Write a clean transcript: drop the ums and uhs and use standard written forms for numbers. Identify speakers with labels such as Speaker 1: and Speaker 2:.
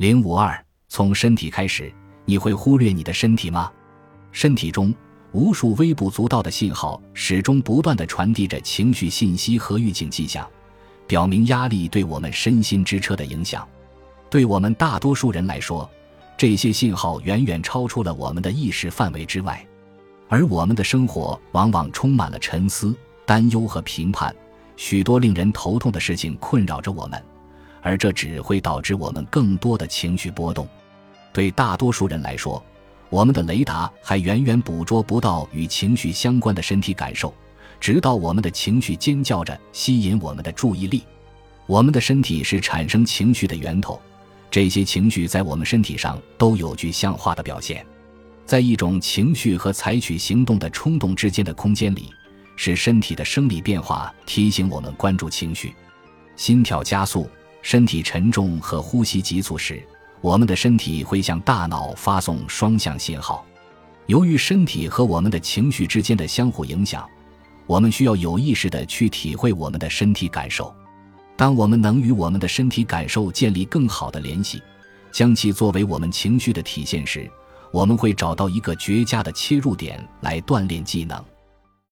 Speaker 1: 052从身体开始，你会忽略你的身体吗？身体中无数微不足道的信号始终不断地传递着情绪信息和预警迹象，表明压力对我们身心之车的影响。对我们大多数人来说，这些信号远远超出了我们的意识范围之外，而我们的生活往往充满了沉思、担忧和评判，许多令人头痛的事情困扰着我们，而这只会导致我们更多的情绪波动。对大多数人来说，我们的雷达还远远捕捉不到与情绪相关的身体感受，直到我们的情绪尖叫着吸引我们的注意力。我们的身体是产生情绪的源头，这些情绪在我们身体上都有具象化的表现。在一种情绪和采取行动的冲动之间的空间里，是身体的生理变化提醒我们关注情绪。心跳加速、身体沉重和呼吸急促时，我们的身体会向大脑发送双向信号。由于身体和我们的情绪之间的相互影响，我们需要有意识地去体会我们的身体感受。当我们能与我们的身体感受建立更好的联系，将其作为我们情绪的体现时，我们会找到一个绝佳的切入点来锻炼技能。